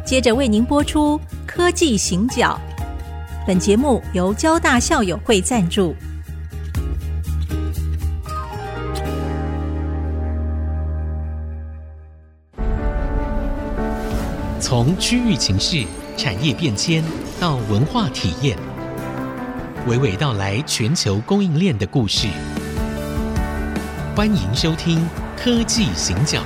接着为您播出科技行脚。本节目由交大校友会赞助。 从区域情势、产业变迁到文化体验，娓娓道来全球供应链的故事。欢迎收听《科技行脚》。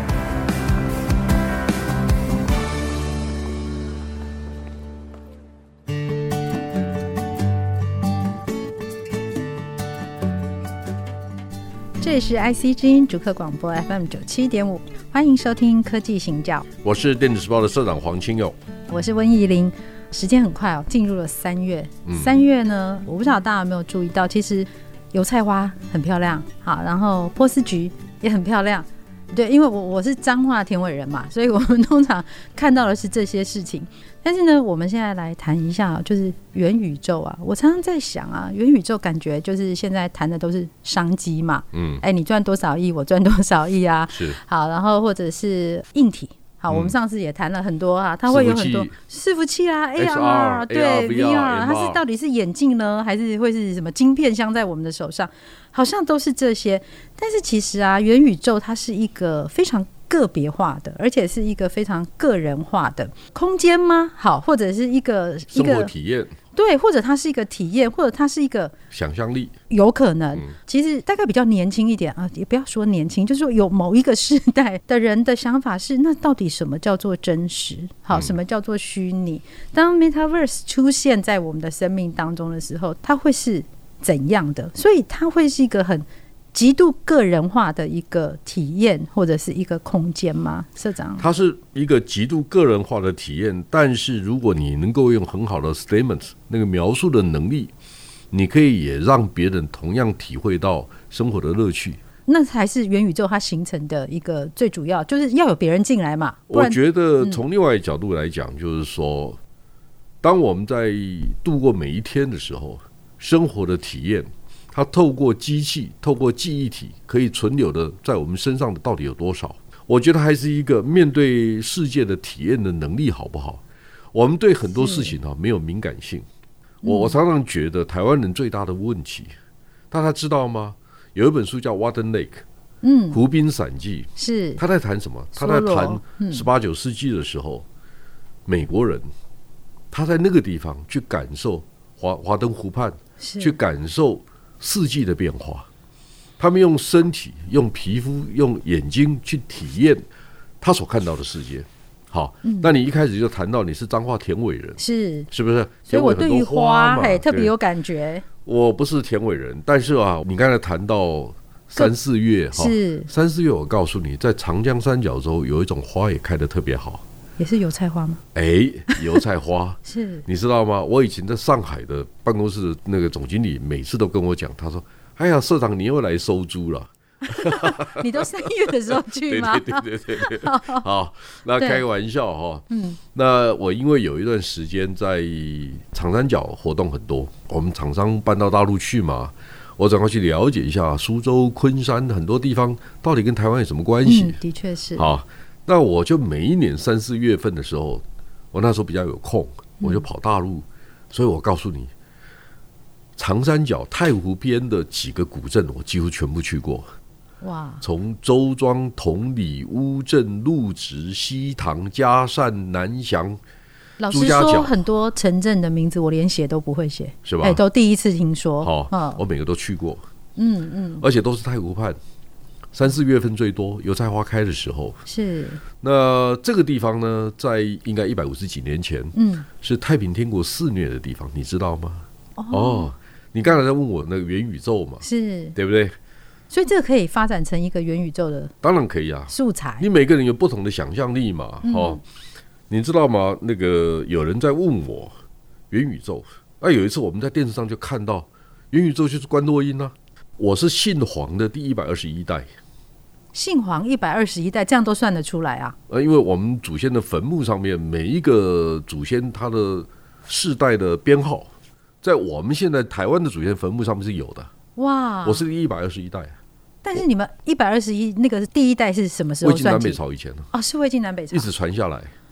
这里是 IC 之音逐客广播 FM97.5， 欢迎收听科技行脚。 我是电子时报的社长黄清佑， 我是温怡玲。时间很快哦，进入了3月。3月呢，我不知道大家有没有注意到，其实油菜花很漂亮，好，然后波斯菊也很漂亮。对，因为我是彰化田尾人嘛，所以我们通常看到的是这些事情。但是呢，我们现在来谈一下，就是元宇宙啊。我常常在想啊，元宇宙感觉就是现在谈的都是商机嘛，你赚多少亿，我赚多少亿啊，是好，然后或者是硬体。好，我们上次也谈了很多啊，它会有很多伺服器啊 ，AR 对 VR， 它是到底是眼镜呢，还是会是什么晶片镶在我们的手上？好像都是这些。但是其实啊，元宇宙它是一个非常个别化的，而且是一个非常个人化的空间吗？好，或者是一个生活体验。 对，或者它是一个体验，或者它是一个想象力，有可能。其实大概比较年轻一点啊，也不要说年轻，就是说有某一个世代的人的想法是，那到底什么叫做真实？好，什么叫做虚拟？当 Metaverse 出现在我们的生命当中的时候，它会是怎样的？所以它会是一个很极度个人化的一个体验，或者是一个空间吗？社长， 它是一个极度个人化的体验，但是如果你能够用很好的 statement 那个描述的能力，你可以也让别人同样体会到生活的乐趣。 那才是元宇宙它形成的一个最主要，就是要有别人进来嘛。 我觉得从另外一个角度来讲，就是说，当我们在度过每一天的时候，生活的体验它透过机器，透过记忆体可以存留的在我们身上的到底有多少？我觉得还是一个面对世界的体验的能力好不好？我们对很多事情没有敏感性。我常常觉得台湾人最大的问题，大家知道吗？有一本书叫《Walden Lake》，湖滨散记，是他在谈什么？他在谈18、19世纪的时候，美国人他在那个地方去感受华登湖畔，去感受四季的变化，他们用身体、用皮肤、用眼睛去体验他所看到的世界。好，那你一开始就谈到你是彰化田尾人，是不是？ 所以我对于花特别有感觉。 我不是田尾人，但是啊，你刚才谈到3、4月，是3、4月，我告诉你，在长江三角洲有一种花也开得特别好。 也是油菜花吗？ 油菜花是， 你知道吗？我以前在上海的办公室的那个总经理每次都跟我讲，他说：“哎呀，社长，你又来收租了。” 你都3月的时候去吗？ 对，好，那开个玩笑哈。那我因为有一段时间在长三角活动很多，我们厂商搬到大陆去嘛，我总要去了解一下苏州、昆山很多地方到底跟台湾有什么关系。 的确是。 好，那我就每一年3、4月份的时候，我那时候比较有空，我就跑大陆。所以我告诉你，长三角太湖边的几个古镇，我几乎全部去过。哇！从周庄、同里、乌镇、陆直、西塘、嘉善、南翔， 老实说，很多城镇的名字我连写都不会写， 是吧？ 都第一次听说。 好，我每个都去过。而且都是太湖畔，3、4月份最多，油菜花开的时候。是。那这个地方呢，在应该150几年前，是太平天国肆虐的地方，你知道吗？你刚才在问我那个元宇宙嘛，是对不对？ 所以这个可以发展成一个元宇宙的，当然可以啊，素材。 你每个人有不同的想象力嘛，你知道吗？那个有人在问我元宇宙，有一次我们在电视上就看到元宇宙就是关洛音啊。我是姓黄的第121代， 姓黄121代，这样都算得出来啊？ 因为我们祖先的坟墓上面每一个祖先他的世代的编号，在我们现在台湾的祖先坟墓上面是有的。哇！我是第121代。 但是你们121那个第一代是什么时候算起？ 魏晋南北朝以前呢？ 是魏晋南北朝， 一直传下来。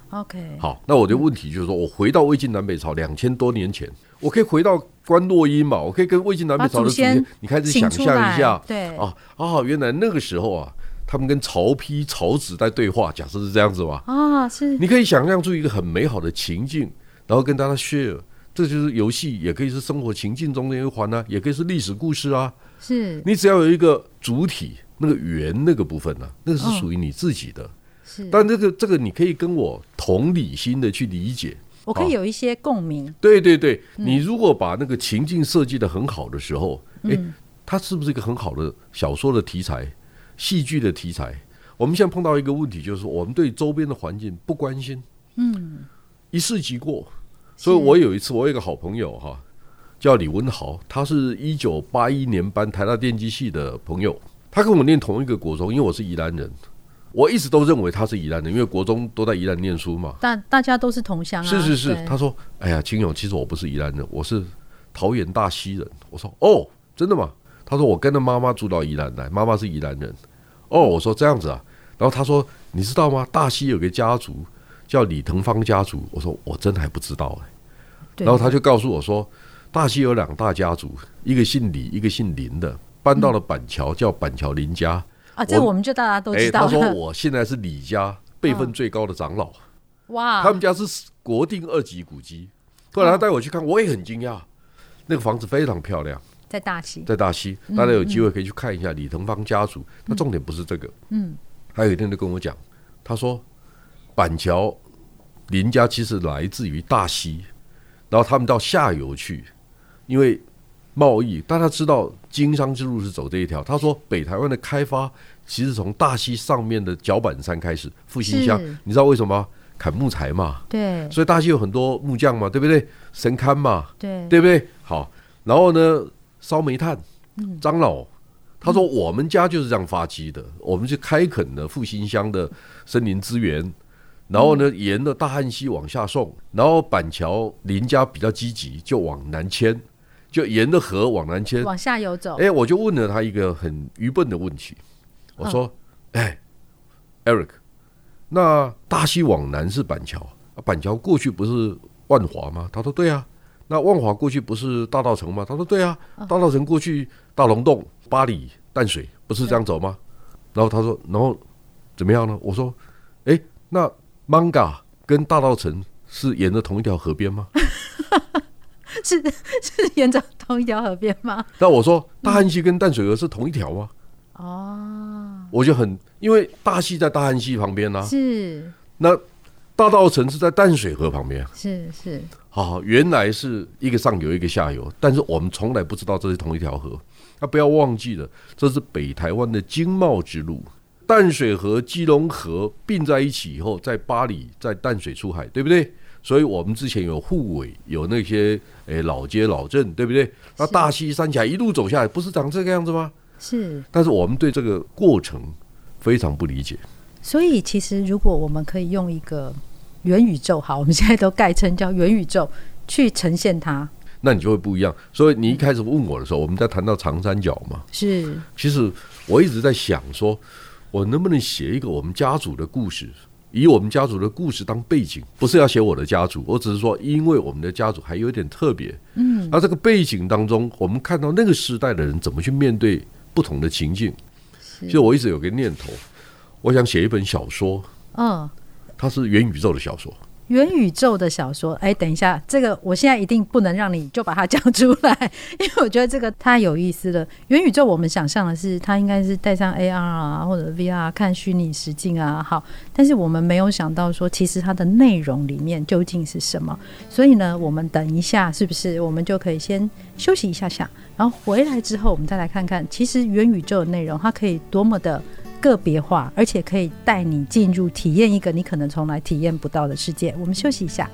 OK， 好，那我的问题就是说，我回到魏晋南北朝2000多年前，我可以回到关洛音嘛？我可以跟魏晋南北朝的祖先，你开始想象一下， 对原来那个时候啊，他们跟曹丕、曹植在对话，假设是这样子吧？ 是， 你可以想象出一个很美好的情境，然后跟大家 share， 这就是游戏，也可以是生活情境中的一环啊，也可以是历史故事啊。 是， 你只要有一个主体，那个圆那个部分呢，那个是属于你自己的。但这个你可以跟我同理心的去理解， 我可以有一些共鸣。 对对对，你如果把那个情境设计的很好的时候，它是不是一个很好的小说的题材、戏剧的题材？我们现在碰到一个问题，就是我们对周边的环境不关心，一世即过。所以我有一次，我有一个好朋友哈，叫李文豪，他是1981年班台大电机系的朋友，他跟我念同一个国中，因为我是宜兰人。我一直都认为他是宜兰人，因为国中都在宜兰念书嘛。大家都是同乡啊。 是。他说：“哎呀，青勇，其实我不是宜兰人，我是桃园大溪人。”我说：“哦，真的吗？”他说：“我跟着妈妈住到宜兰来，妈妈是宜兰人。”哦，我说这样子啊。然后他说：“你知道吗？大溪有个家族叫李腾芳家族。”我说：“我真的还不知道哎。”然后他就告诉我说，大溪有2大家族，一个姓李，一个姓林的，搬到了板桥，叫板桥林家。 这我们就大家都知道了。 他说我现在是李家辈分最高的长老。 哇！ 他们家是国定2级古迹。后来他带我去看，我也很惊讶，那个房子非常漂亮，在大溪，大家有机会可以去看一下李腾芳家族。那重点不是这个，还有一天就跟我讲，他说板桥林家其实来自于大溪，然后他们到下游去，因为贸易，大家知道经商之路是走这一条。他说北台湾的开发其实从大溪上面的脚板山开始，复兴乡，你知道为什么吗？砍木材嘛， 对， 所以大溪有很多木匠嘛，对不对？神龛嘛， 对不对？好，然后呢，烧煤炭，樟脑。他说我们家就是这样发迹的，我们是开垦了复兴乡的森林资源，然后呢，沿着大汉溪往下送，然后板桥林家比较积极，就往南迁。就沿着河往南迁， 往下游走。 我就问了他一个很愚笨的问题，我说：“Eric， 那大溪往南是板桥，板桥过去不是万华吗？”他说：“对啊。”那万华过去不是大稻埕吗？他说：“对啊。”大稻埕过去大龙洞、八里、淡水不是这样走吗？然后他说：“然后怎么样呢？”我说：“那 Manga 跟大稻埕是沿着同一条河边吗？” 是沿着同一条河边吗？ 那我说大汉溪跟淡水河是同一条吗？我就因为大溪在大汉溪旁边啊， 是。 那大稻埕是在淡水河旁边， 是。 好，原来是一个上游一个下游，但是我们从来不知道这是同一条河。那不要忘记了，这是北台湾的经贸之路。淡水河、基隆河并在一起以后，在八里在淡水出海，对不对？所以我们之前有护尾，有那些老街老镇，对不对？那大溪三峡一路走下来，不是长这个样子吗？ 是。 但是我们对这个过程非常不理解。 所以其实如果我们可以用一个元宇宙，好，我们现在都概称叫元宇宙，去呈现它， 那你就会不一样。所以你一开始问我的时候，我们在谈到长三角嘛， 是。 其实我一直在想说，我能不能写一个我们家族的故事，以我们家族的故事当背景，不是要写我的家族，我只是说，因为我们的家族还有点特别，那这个背景当中，我们看到那个时代的人怎么去面对不同的情境。其实我一直有个念头，我想写一本小说，它是元宇宙的小说。 元宇宙的小说，等一下，这个我现在一定不能让你就把它讲出来，因为我觉得这个太有意思了。元宇宙我们想象的是它应该是带上 AR 啊，或者 VR 看虚拟实境啊，好，但是我们没有想到说，其实它的内容里面究竟是什么。所以呢，我们等一下是不是我们就可以先休息一下下，然后回来之后我们再来看看，其实元宇宙的内容它可以多么的个别化，而且可以带你进入体验一个你可能从来体验不到的世界。我们休息一下。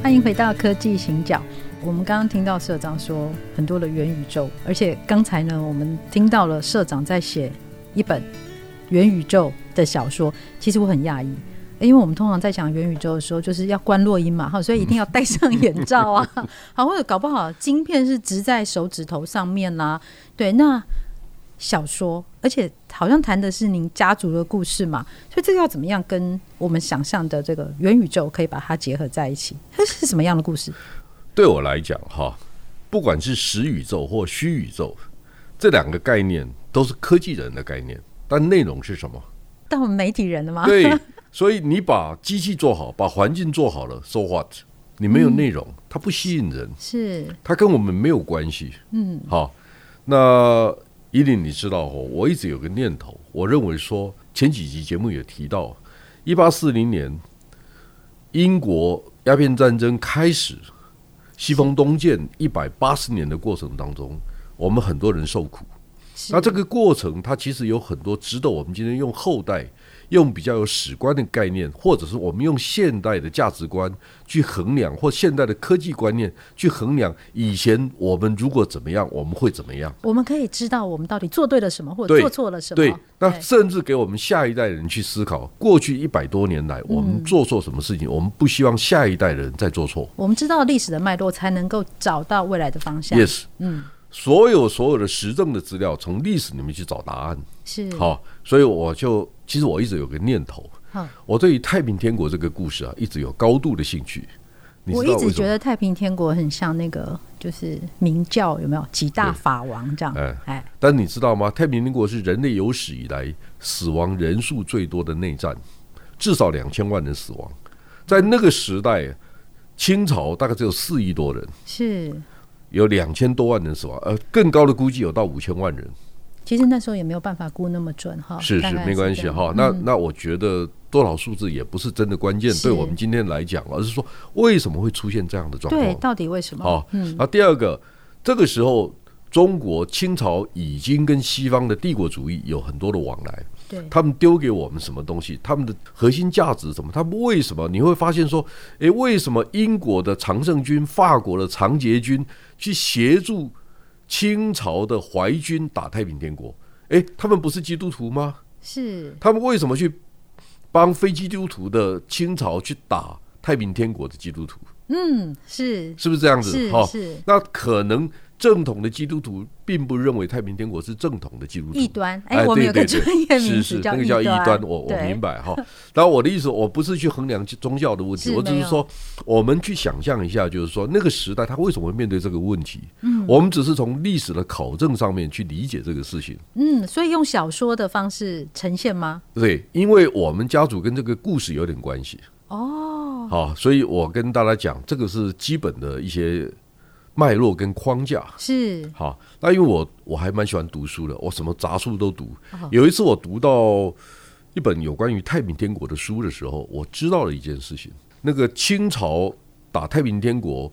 欢迎回到科技行脚。我们刚刚听到社长说很多的元宇宙，而且刚才呢，我们听到了社长在写一本元宇宙的小说。其实我很讶异，因为我们通常在讲元宇宙的时候，就是要关落音嘛，所以一定要戴上眼罩啊，好，或者搞不好晶片是植在手指头上面啦。对，那小说，而且好像谈的是您家族的故事嘛，所以这个要怎么样跟我们想象的这个元宇宙可以把它结合在一起？它是什么样的故事？ 对我来讲哈，不管是实宇宙或虚宇宙，这两个概念都是科技人的概念，但内容是什么？ 到我们媒体人了吗？ 对，所以你把机器做好，把环境做好了 ，so what？ 你没有内容，它不吸引人， 是它跟我们没有关系。好，那依琳你知道我一直有个念头，我认为说前几集节目也提到，1840年英国鸦片战争开始，西风东渐180年的过程当中，我们很多人受苦。那这个过程它其实有很多值得我们今天用后代用比较有史观的概念，或者是我们用现代的价值观去衡量，或现代的科技观念去衡量以前我们如果怎么样我们会怎么样， 我们可以知道我们到底做对了什么或者做错了什么。 对，那甚至给我们下一代人去思考，过去100多年来我们做错什么事情，我们不希望下一代人再做错。 我们知道历史的脉络，才能够找到未来的方向。 Yes， 所有的实证的资料从历史里面去找答案。 是好，所以其实我一直有个念头，我对于太平天国这个故事啊，一直有高度的兴趣。 我一直觉得太平天国很像那个就是明教，有没有几大法王这样？ 但你知道吗？太平天国是人类有史以来死亡人数最多的内战，至少2000万人死亡。在那个时代，清朝大概只有4亿多人， 是有2000多万人死亡，更高的估计有到5000万人。 其实那时候也没有办法估那么准哈， 是没关系哈。那我觉得多少数字也不是真的关键，对我们今天来讲，而是说为什么会出现这样的状况？ 对，到底为什么？ 好，那第二个，这个时候中国清朝已经跟西方的帝国主义有很多的往来。 对， 他们丢给我们什么东西？他们的核心价值是什么？他们为什么你会发现说，为什么英国的常胜军、法国的常捷军去协助清朝的淮军打太平天国？他们不是基督徒吗？ 是， 他们为什么去帮非基督徒的清朝去打太平天国的基督徒？是不是这样子？ 是。 那可能正统的基督徒并不认为太平天国是正统的基督徒， 异端。我们有个专业名词那个叫异端。我明白哈。当然我的意思，我不是去衡量宗教的问题，我只是说，我们去想象一下，就是说那个时代他为什么会面对这个问题？我们只是从历史的考证上面去理解这个事情。 所以用小说的方式呈现吗？ 对，因为我们家族跟这个故事有点关系。好，所以我跟大家讲，这个是基本的一些脉络跟框架。 是好，那因为我还蛮喜欢读书的，我什么杂书都读。有一次我读到一本有关于太平天国的书的时候，我知道了一件事情：那个清朝打太平天国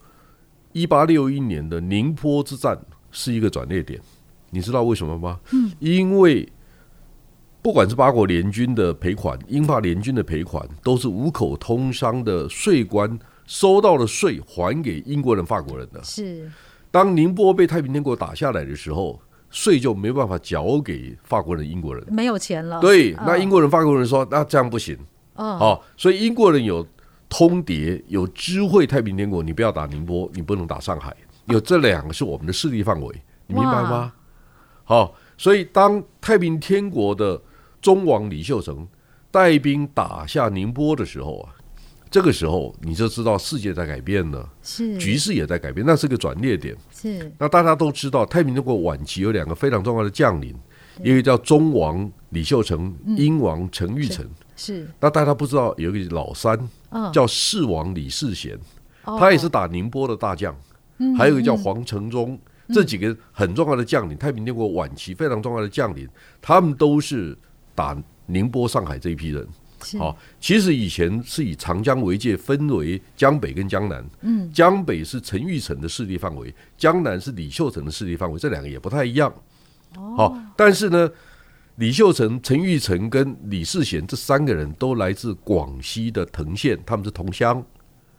，1861年的宁波之战是一个转捩点。你知道为什么吗？因为不管是八国联军的赔款、英法联军的赔款，都是五口通商的税官收到了税还给英国人、法国人的。 是， 当宁波被太平天国打下来的时候，税就没办法缴给法国人、英国人， 没有钱了。 对，那英国人、法国人说，那这样不行。所以英国人有通牒，有知会太平天国，你不要打宁波，你不能打上海，有这两个是我们的势力范围，你明白吗？好，所以当太平天国的忠王李秀成带兵打下宁波的时候啊，这个时候你就知道世界在改变了，局势也在改变，那是个转捩点。 是， 那大家都知道，太平天国晚期有2个非常重要的将领，一个叫忠王李秀成，英王陈玉成。 是， 那大家不知道有一个老三，叫世王李世贤，他也是打宁波的大将。还有一个叫黄承宗。这几个很重要的将领，太平天国晚期非常重要的将领，他们都是打宁波、上海这一批人。好，其实以前是以长江为界，分为江北跟江南。江北是陈玉成的势力范围，江南是李秀成的势力范围，这2个也不太一样。好，但是呢，李秀成、陈玉成跟李世贤这3个人都来自广西的藤县，他们是同乡。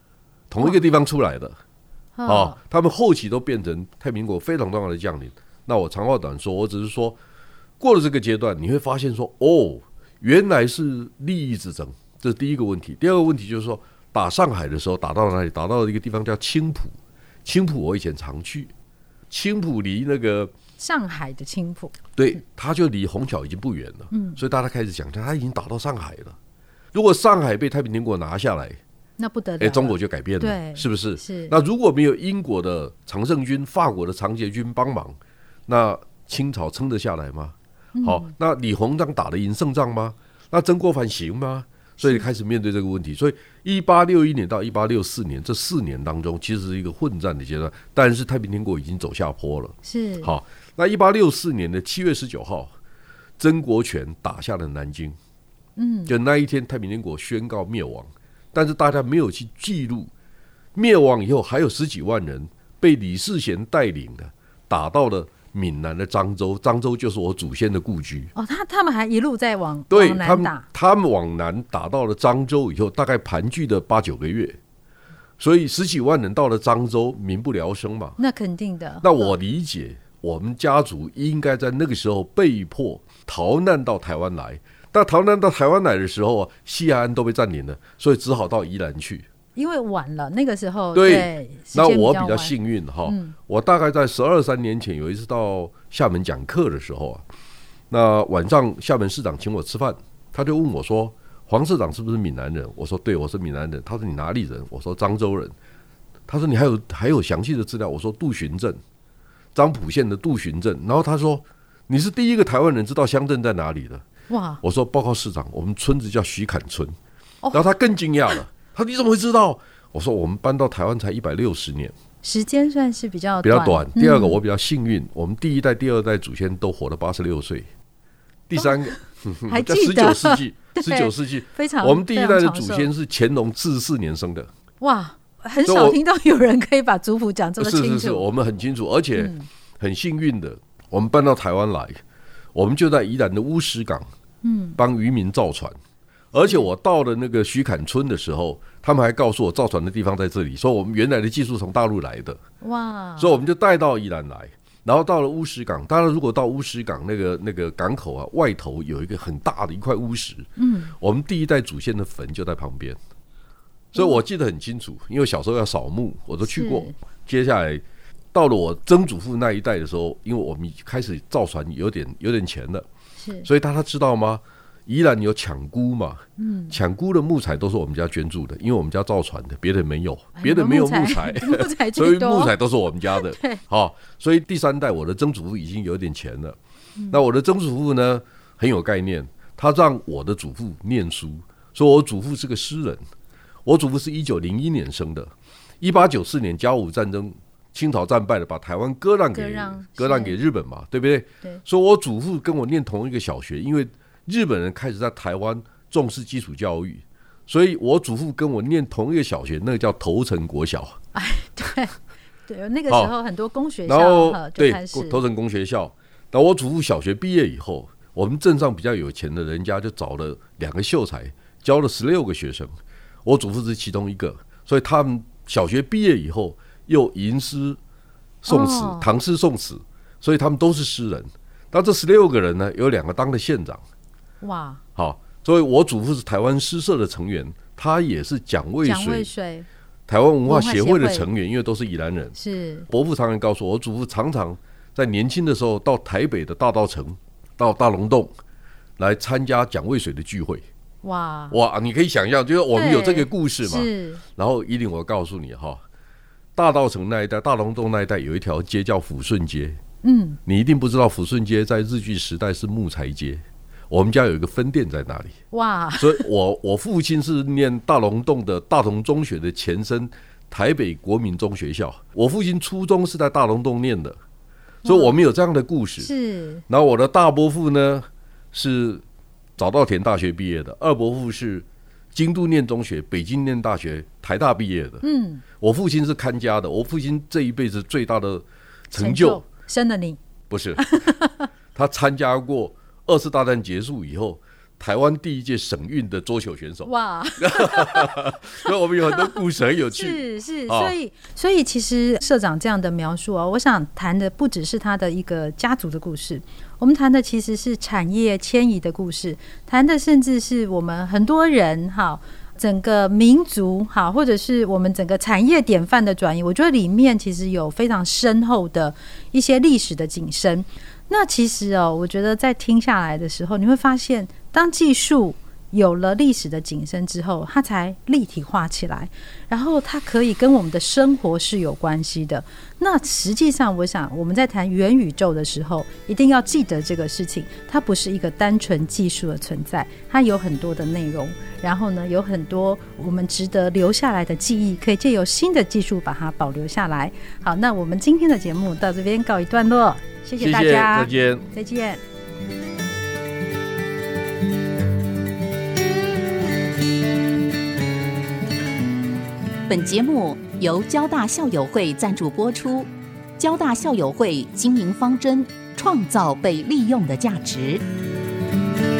同一个地方出来的他们后期都变成太平天国非常重要的将领。那我长话短说，我只是说过了这个阶段，你会发现说原来是利益之争，这是第一个问题。第二个问题就是说，打上海的时候打到哪里？打到一个地方叫青浦。青浦我以前常去，青浦离那个上海的青浦， 对，它就离虹桥已经不远了。所以大家开始讲，它已经打到上海了。如果上海被太平天国拿下来， 那不得了， 中国就改变了， 对， 是不是？ 是。 那如果没有英国的常胜军、法国的长捷军帮忙，那清朝撑得下来吗？那李鸿章打得赢胜仗吗？那曾国藩行吗？所以开始面对这个问题。所以1861年到1864年这4年当中，其实是一个混战的阶段，但是太平天国已经走下坡了。 是。 好，那1864年的7月19号，曾国荃打下了南京。就那一天，太平天国宣告灭亡。但是大家没有去记录，灭亡以后还有10几万人被李世贤带领的打到了闽南的漳州，漳州就是我祖先的故居。 他们还一路在往南打， 他们往南打到了漳州以后，大概盘踞了8、9个月，所以10几万人到了漳州，民不聊生嘛。 那肯定的。 那我理解，我们家族应该在那个时候被迫逃难到台湾来。但逃难到台湾来的时候，西海岸都被占领了，所以只好到宜兰去。 因为晚了，那个时候对。那我比较幸运我大概在12、13年前有一次到厦门讲课的时候那晚上厦门市长请我吃饭，他就问我说：“黄市长是不是闽南人？”我说：“对，我是闽南人。”他说：“你哪里人？”我说：“漳州人。”他说：“你还有详细的资料？”我说：“杜巡镇，漳浦县的杜巡镇。”然后他说：“你是第一个台湾人知道乡镇在哪里的。” 哇！ 我说：“报告市长，我们村子叫徐坎村。”然后他更惊讶了，他说：“你怎么会知道？”我说：“我们搬到台湾才160年， 时间算是比较短。第二个，我比较幸运，我们第1代、第2代祖先都活了86岁。第三个， 还记得 19世纪， 非常。 我们第1代的祖先是乾隆44年生的。 哇，很少听到有人可以把族谱讲这么清楚。 是，我们很清楚，而且很幸运的，我们搬到台湾来，我们就在宜兰的乌石港。帮渔民造船，而且我到了那个徐坎村的时候，他们还告诉我造船的地方在这里，说我们原来的技术从大陆来的。 哇！ 所以我们就带到宜兰来，然后到了乌石港。当然，如果到乌石港那个港口外头有一个很大的一块乌石，我们第1代祖先的坟就在旁边，所以我记得很清楚，因为小时候要扫墓，我都去过。接下来到了我曾祖父那一代的时候，因为我们开始造船有点钱了。所以大家知道吗？宜兰有抢菇嘛？抢菇的木材都是我们家捐助的，因为我们家造船的，别人没有，别人没有木材，所以木材都是我们家的。所以第3代我的曾祖父已经有点钱了。那我的曾祖父呢很有概念，他让我的祖父念书，说我祖父是个诗人。我祖父是1901年生的，1894年甲午战争。清朝战败了，把台湾割让给日本嘛，对不对？ 对。 所以我祖父跟我念同一个小学，因为日本人开始在台湾重视基础教育，所以我祖父跟我念同一个小学，那个叫头城国小。 对，那个时候很多公学校， 然后对头城公学校。然后我祖父小学毕业以后，我们镇上比较有钱的人家就找了2个秀才，教了16个学生，我祖父是其中一个，所以他们小学毕业以后。又吟诗宋词，唐诗宋词，所以他们都是诗人。那这16个人呢，有2个当了县长。 哇！ 好，所以我祖父是台湾诗社的成员，他也是蒋渭水台湾文化协会的成员，因为都是宜兰人。 是伯父常常告诉我，我祖父常常在年轻的时候到台北的大稻埕、到大龙洞来参加蒋渭水的聚会。 哇！ 你可以想象，就是我们有这个故事嘛。然后依琳，我告诉你大稻埕那一带、大龙洞那一带有一条街叫抚顺街。你一定不知道，抚顺街在日据时代是木材街。我们家有一个分店在那里。哇！所以我父亲是念大龙洞的大同中学的前身台北国民中学校。我父亲初中是在大龙洞念的，所以我们有这样的故事。 是。 然后我的大伯父呢是早稻田大学毕业的，二伯父是京都念中学、北京念大学、台大毕业的。我父亲是看家的，我父亲这一辈子最大的成就生了你？ 不是，他参加过2次大战结束以后， 台湾第一届省运的桌球选手。 哇， 所以我们有很多故事很有趣。 是，所以其实社长这样的描述我想谈的不只是他的一个家族的故事，我们谈的其实是产业迁移的故事，谈的甚至是我们很多人整个民族或者是我们整个产业典范的转移，我觉得里面其实有非常深厚的一些历史的景深。那其实我觉得在听下来的时候，你会发现当技术有了历史的景深之后，它才立体化起来，然后它可以跟我们的生活是有关系的。那实际上我想我们在谈元宇宙的时候，一定要记得这个事情，它不是一个单纯技术的存在，它有很多的内容，然后呢有很多我们值得留下来的记忆，可以借由新的技术把它保留下来。好，那我们今天的节目到这边告一段落，谢谢大家， 再见， 再见。 本节目由交大校友会赞助播出。交大校友会经营方针：创造被利用的价值。